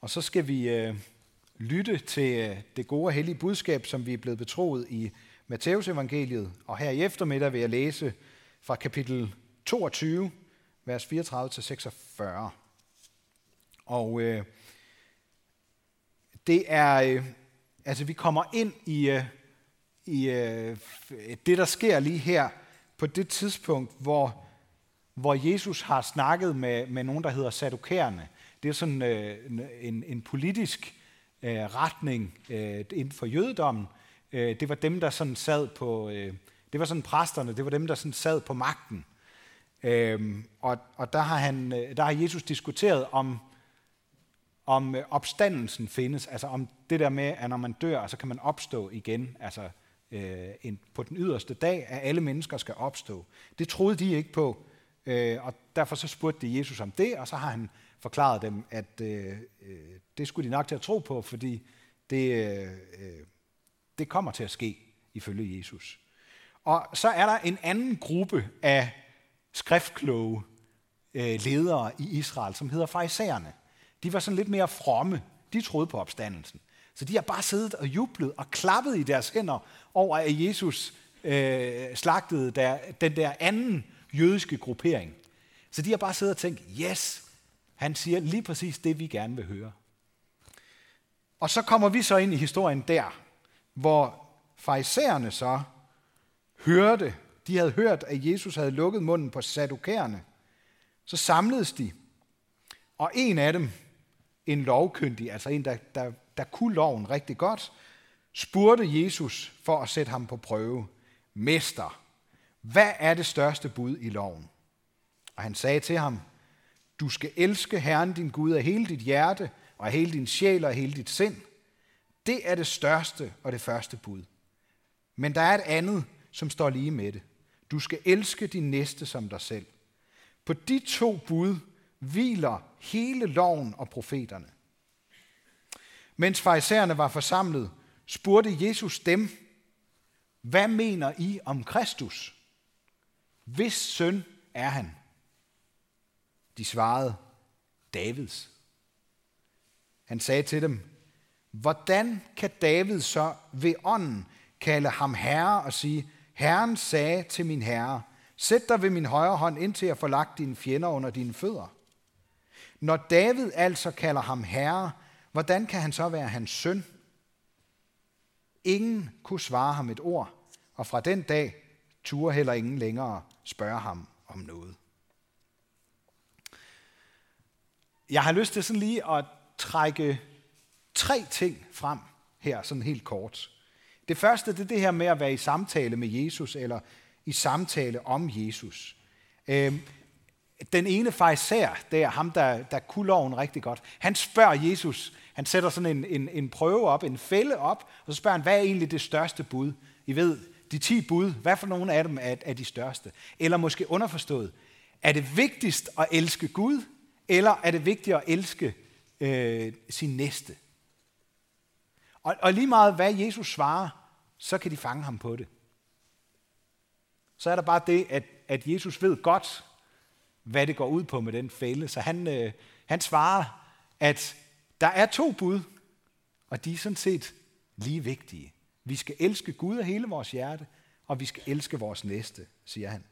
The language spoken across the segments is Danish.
Og så skal vi lytte til det gode og hellige budskab, som vi er blevet betroet i Matteus evangeliet. Og her i eftermiddag vil jeg læse fra kapitel 22, vers 34-46. Og det er, vi kommer ind i det, der sker lige her på det tidspunkt, hvor Jesus har snakket med nogen, der hedder saddukæerne. Det er sådan en politisk retning inden for jødedommen. Det var dem, der sådan sad på, det var sådan præsterne, det var dem, der sådan sad på magten. Og der har Jesus diskuteret om opstandelsen findes, altså om det der med, at når man dør, så kan man opstå igen, altså på den yderste dag, at alle mennesker skal opstå. Det troede de ikke på, og derfor så spurgte de Jesus om det, og så har han forklaret dem, at det skulle de nok til at tro på, fordi det kommer til at ske, ifølge Jesus. Og så er der en anden gruppe af skriftkloge ledere i Israel, som hedder farisæerne. De var sådan lidt mere fromme. De troede på opstandelsen. Så de har bare siddet og jublet og klappet i deres hænder over, at Jesus slagtede den der anden jødiske gruppering. Så de har bare siddet og tænkt, yes, han siger lige præcis det, vi gerne vil høre. Og så kommer vi så ind i historien der, hvor farisæerne så hørte, de havde hørt, at Jesus havde lukket munden på saddukæerne. Så samledes de, og en af dem, en lovkyndig, altså en, der kunne loven rigtig godt, spurgte Jesus for at sætte ham på prøve. Mester, hvad er det største bud i loven? Og han sagde til ham, du skal elske Herren din Gud af hele dit hjerte, og af hele din sjæl og af hele dit sind. Det er det største og det første bud. Men der er et andet, som står lige med det. Du skal elske din næste som dig selv. På de to bud hviler hele loven og profeterne. Mens farisæerne var forsamlet, spurgte Jesus dem, hvad mener I om Kristus? Hvis søn er han? De svarede, Davids. Han sagde til dem, hvordan kan David så ved ånden kalde ham herre og sige, Herren sagde til min herre, sæt dig ved min højre hånd, indtil jeg får lagt dine fjender under dine fødder. Når David altså kalder ham herre, hvordan kan han så være hans søn? Ingen kunne svare ham et ord, og fra den dag turde heller ingen længere spørge ham om noget. Jeg har lyst til sådan lige at trække 3 ting frem her, sådan helt kort. Det første, det er det her med at være i samtale med Jesus, eller i samtale om Jesus. Den ene farisæer, det er ham, der kunne loven rigtig godt. Han spørger Jesus, han sætter sådan en prøve op, en fælde op, og så spørger han, hvad er egentlig det største bud? I ved, de 10 bud, hvad for nogle af dem er de største? Eller måske underforstået, er det vigtigst at elske Gud, eller er det vigtigt at elske sin næste? Og lige meget hvad Jesus svarer, så kan de fange ham på det. Så er der bare det, at Jesus ved godt, hvad det går ud på med den fælde. Så han svarer, at der er 2 bud, og de er sådan set lige vigtige. Vi skal elske Gud af hele vores hjerte, og vi skal elske vores næste, siger han.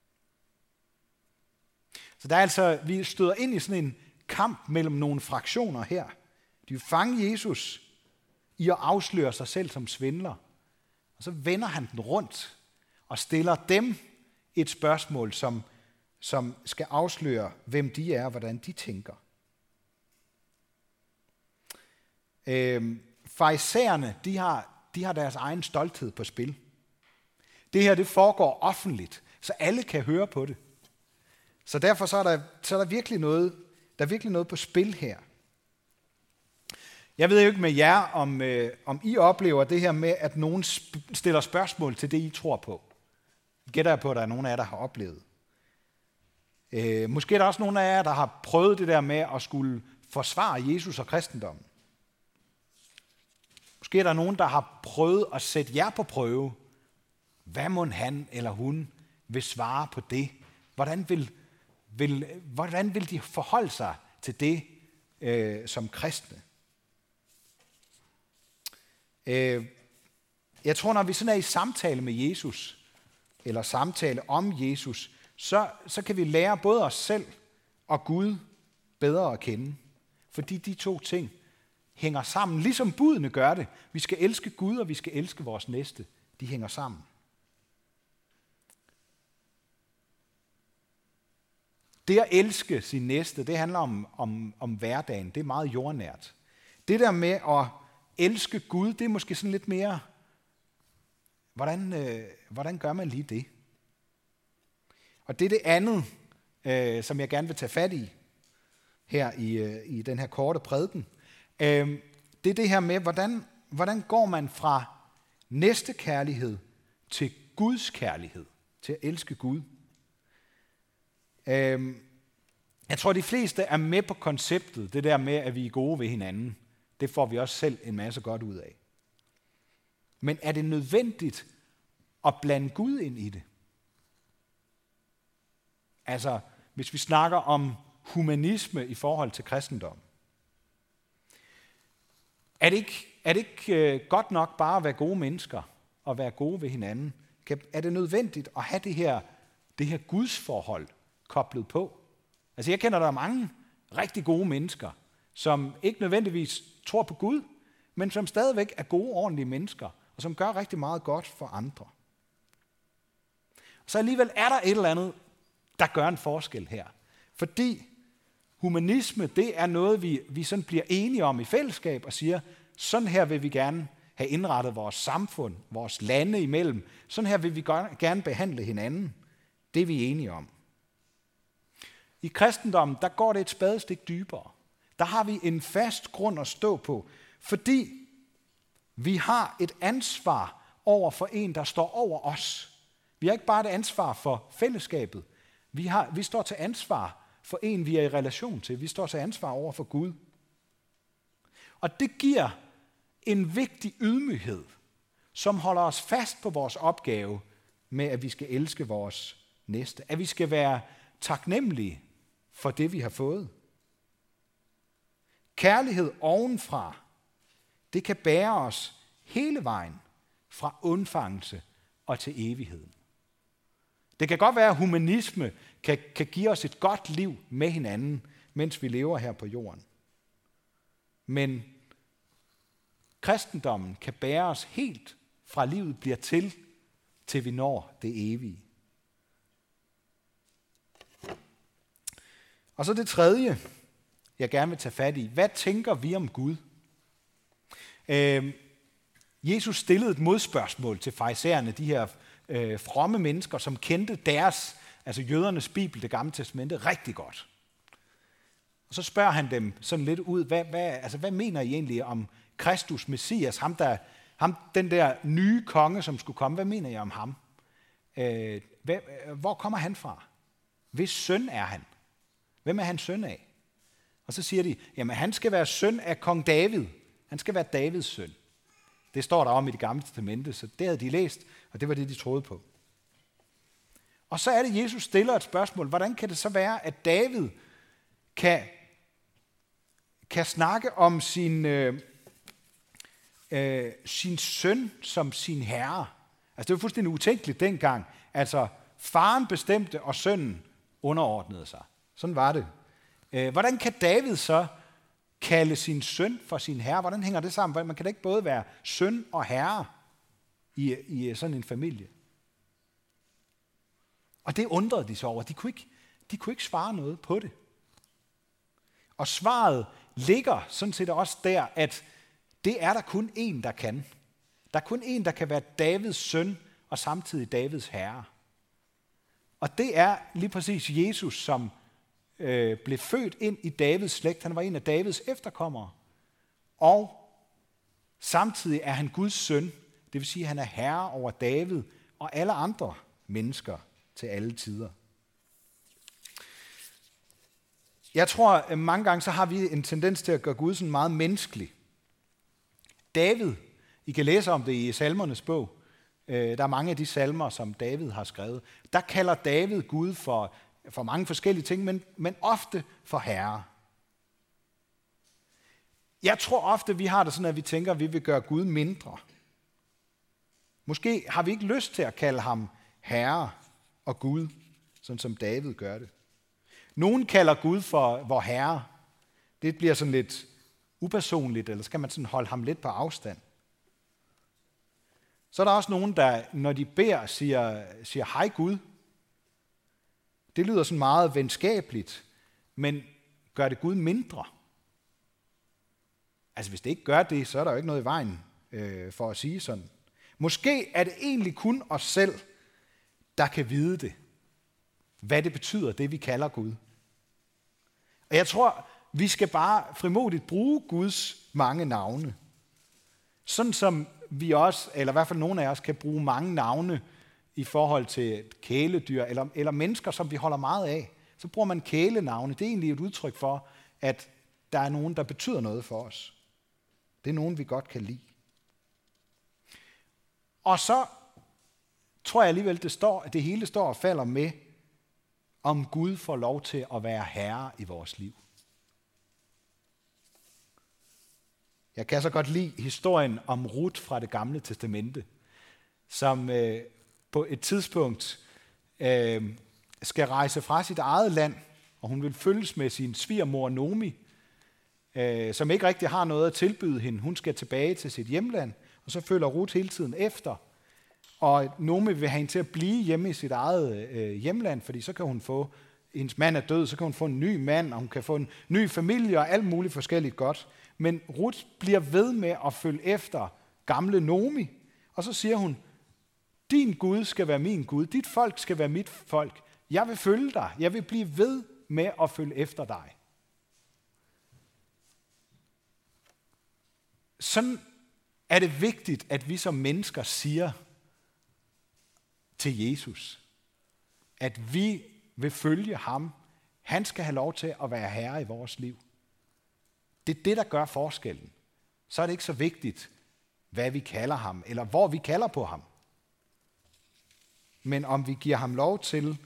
Så der er altså, vi støder ind i sådan en kamp mellem nogle fraktioner her. De vil fange Jesus i at afsløre sig selv som svindler. Og så vender han den rundt og stiller dem et spørgsmål, som skal afsløre, hvem de er og hvordan de tænker. Farisæerne, de har deres egen stolthed på spil. Det her, det foregår offentligt, så alle kan høre på det. Så derfor så er der virkelig noget på spil her. Jeg ved jo ikke med jer, om I oplever det her med, at nogen stiller spørgsmål til det, I tror på. Gætter jeg på, at der er nogen af jer, der har oplevet. Måske er der også nogen af jer, der har prøvet det der med at skulle forsvare Jesus og kristendommen. Måske er der nogen, der har prøvet at sætte jer på prøve. Hvad må han eller hun vil svare på det? Hvordan vil de forholde sig til det, som kristne. Jeg tror, når vi sådan er i samtale med Jesus, eller samtale om Jesus, så kan vi lære både os selv og Gud bedre at kende. Fordi de to ting hænger sammen, ligesom budene gør det. Vi skal elske Gud, og vi skal elske vores næste. De hænger sammen. Det at elske sin næste, det handler om hverdagen. Det er meget jordnært. Det der med at elske Gud, det er måske sådan lidt mere, hvordan gør man lige det? Og det er det andet, som jeg gerne vil tage fat i her i den her korte prædiken. Det er det her med, hvordan går man fra næstekærlighed til Guds kærlighed, til at elske Gud. Jeg tror, de fleste er med på konceptet, det der med, at vi er gode ved hinanden. Det får vi også selv en masse godt ud af. Men er det nødvendigt at blande Gud ind i det? Altså, hvis vi snakker om humanisme i forhold til kristendom. Er det ikke godt nok bare at være gode mennesker og være gode ved hinanden? Er det nødvendigt at have det her gudsforhold koblet på? Altså jeg kender der mange rigtig gode mennesker, som ikke nødvendigvis tror på Gud, men som stadigvæk er gode, ordentlige mennesker, og som gør rigtig meget godt for andre. Så alligevel er der et eller andet, der gør en forskel her. Fordi humanisme, det er noget, vi sådan bliver enige om i fællesskab og siger, sådan her vil vi gerne have indrettet vores samfund, vores lande imellem. Sådan her vil vi gerne behandle hinanden. Det er vi enige om. I kristendommen, der går det et spadestik dybere. Der har vi en fast grund at stå på, fordi vi har et ansvar over for en, der står over os. Vi har ikke bare et ansvar for fællesskabet. Vi står til ansvar for en, vi er i relation til. Vi står til ansvar over for Gud. Og det giver en vigtig ydmyghed, som holder os fast på vores opgave med, at vi skal elske vores næste. At vi skal være taknemmelige for det, vi har fået. Kærlighed ovenfra, det kan bære os hele vejen fra undfangelse og til evigheden. Det kan godt være, at humanisme kan give os et godt liv med hinanden, mens vi lever her på jorden. Men kristendommen kan bære os helt fra livet bliver til vi når det evige. Og så det tredje, jeg gerne vil tage fat i. Hvad tænker vi om Gud? Jesus stillede et modspørgsmål til farisæerne, de her fromme mennesker, som kendte deres, altså jødernes bibel, det gamle testamente, rigtig godt. Og så spørger han dem sådan lidt ud, hvad mener I egentlig om Kristus, Messias, den der nye konge, som skulle komme, hvad mener I om ham? Hvor kommer han fra? Hvis søn er han? Hvem er han søn af? Og så siger de, jamen han skal være søn af kong David. Han skal være Davids søn. Det står der om i det gamle testamente, så det havde de læst, og det var det, de troede på. Og så er det, Jesus stiller et spørgsmål. Hvordan kan det så være, at David kan snakke om sin søn som sin herre? Altså det var fuldstændig utænkeligt dengang. Altså faren bestemte, og sønnen underordnede sig. Sådan var det. Hvordan kan David så kalde sin søn for sin herre? Hvordan hænger det sammen? Man kan da ikke både være søn og herre i sådan en familie. Og det undrede de sig over. De kunne ikke svare noget på det. Og svaret ligger sådan set også der, at det er der kun én, der kan. Der er kun én, der kan være Davids søn og samtidig Davids herre. Og det er lige præcis Jesus, som blev født ind i Davids slægt. Han var en af Davids efterkommere. Og samtidig er han Guds søn. Det vil sige, at han er herre over David og alle andre mennesker til alle tider. Jeg tror, at mange gange så har vi en tendens til at gøre Gud sådan meget menneskelig. David, I kan læse om det i Salmernes bog. Der er mange af de salmer, som David har skrevet. Der kalder David Gud for mange forskellige ting, men ofte for herre. Jeg tror ofte, vi har det sådan, at vi tænker, at vi vil gøre Gud mindre. Måske har vi ikke lyst til at kalde ham Herre og Gud, sådan som David gør det. Nogen kalder Gud for vor Herre. Det bliver sådan lidt upersonligt, eller så kan man sådan holde ham lidt på afstand. Så er der også nogen, der, når de beder, siger hej Gud. Det lyder sådan meget venskabeligt, men gør det Gud mindre? Altså hvis det ikke gør det, så er der jo ikke noget i vejen for at sige sådan. Måske er det egentlig kun os selv, der kan vide det. Hvad det betyder, det vi kalder Gud. Og jeg tror, vi skal bare frimodigt bruge Guds mange navne. Sådan som vi også, eller i hvert fald nogle af os, kan bruge mange navne i forhold til kæledyr, eller mennesker, som vi holder meget af. Så bruger man kælenavne. Det er egentlig et udtryk for, at der er nogen, der betyder noget for os. Det er nogen, vi godt kan lide. Og så tror jeg alligevel, det hele står og falder med, om Gud får lov til at være herre i vores liv. Jeg kan så godt lide historien om Ruth fra Det Gamle Testamente, som på et tidspunkt skal rejse fra sit eget land, og hun vil følges med sin svigermor Nomi, som ikke rigtig har noget at tilbyde hende. Hun skal tilbage til sit hjemland, og så følger Ruth hele tiden efter. Og Nomi vil have hende til at blive hjemme i sit eget hjemland, fordi så kan hun få, hendes mand er død, så kan hun få en ny mand, og hun kan få en ny familie og alt muligt forskelligt godt. Men Ruth bliver ved med at følge efter gamle Nomi, og så siger hun, din Gud skal være min Gud, dit folk skal være mit folk. Jeg vil følge dig, jeg vil blive ved med at følge efter dig. Sådan er det vigtigt, at vi som mennesker siger til Jesus, at vi vil følge ham. Han skal have lov til at være herre i vores liv. Det er det, der gør forskellen. Så er det ikke så vigtigt, hvad vi kalder ham, eller hvor vi kalder på ham. Men om vi giver ham lov til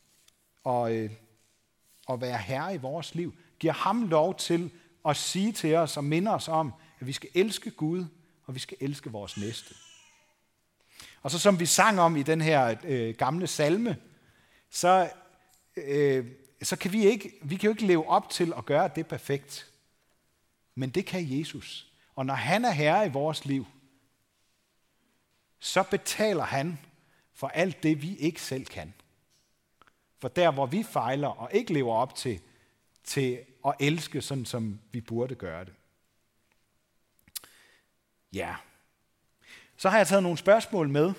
at være herre i vores liv, giver ham lov til at sige til os og minde os om, at vi skal elske Gud, og vi skal elske vores næste. Og så som vi sang om i den her gamle salme, så kan vi kan jo ikke leve op til at gøre det perfekt. Men det kan Jesus. Og når han er herre i vores liv, så betaler han for alt det, vi ikke selv kan. For der, hvor vi fejler og ikke lever op til at elske, sådan som vi burde gøre det. Ja. Så har jeg taget nogle spørgsmål med.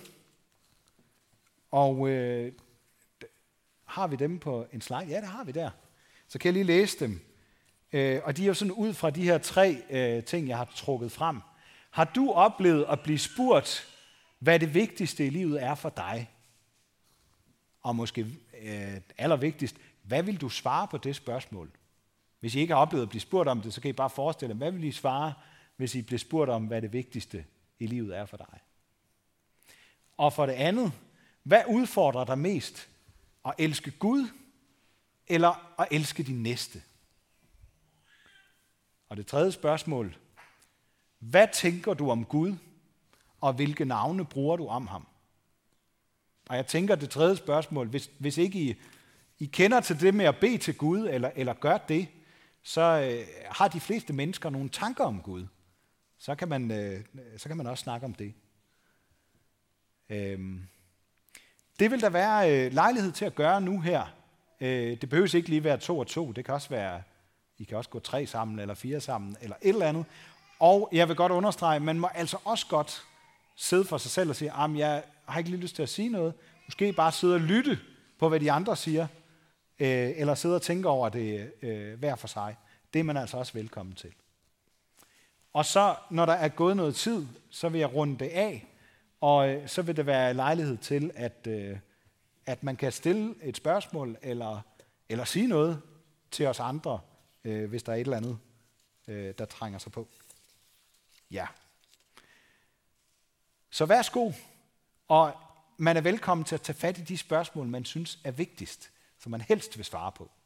Og har vi dem på en slide? Ja, det har vi der. Så kan jeg lige læse dem. Og de er jo sådan ud fra de her 3 ting, jeg har trukket frem. Har du oplevet at blive spurgt, hvad det vigtigste i livet er for dig? Og måske allervigtigst, hvad vil du svare på det spørgsmål? Hvis I ikke har oplevet at blive spurgt om det, så kan I bare forestille jer, hvad vil I svare, hvis I bliver spurgt om, hvad det vigtigste i livet er for dig? Og for det andet, hvad udfordrer dig mest? At elske Gud, eller at elske din næste? Og det tredje spørgsmål, hvad tænker du om Gud, og hvilke navne bruger du om ham? Og jeg tænker det tredje spørgsmål, hvis ikke I kender til det med at bede til Gud, eller gør det, så har de fleste mennesker nogle tanker om Gud. Så kan man også snakke om det. Det vil der være lejlighed til at gøre nu her. Det behøver ikke lige være 2 og 2. Det kan også være, I kan også gå 3 sammen, eller 4 sammen, eller et eller andet. Og jeg vil godt understrege, man må altså også godt sidde for sig selv og sige, jeg har ikke lige lyst til at sige noget. Måske bare sidde og lytte på, hvad de andre siger, eller sidde og tænke over det hver for sig. Det er man altså også velkommen til. Og så, når der er gået noget tid, så vil jeg runde det af, og så vil det være lejlighed til, at man kan stille et spørgsmål, eller sige noget til os andre, hvis der er et eller andet, der trænger sig på. Ja. Så værsgo, og man er velkommen til at tage fat i de spørgsmål, man synes er vigtigst, som man helst vil svare på.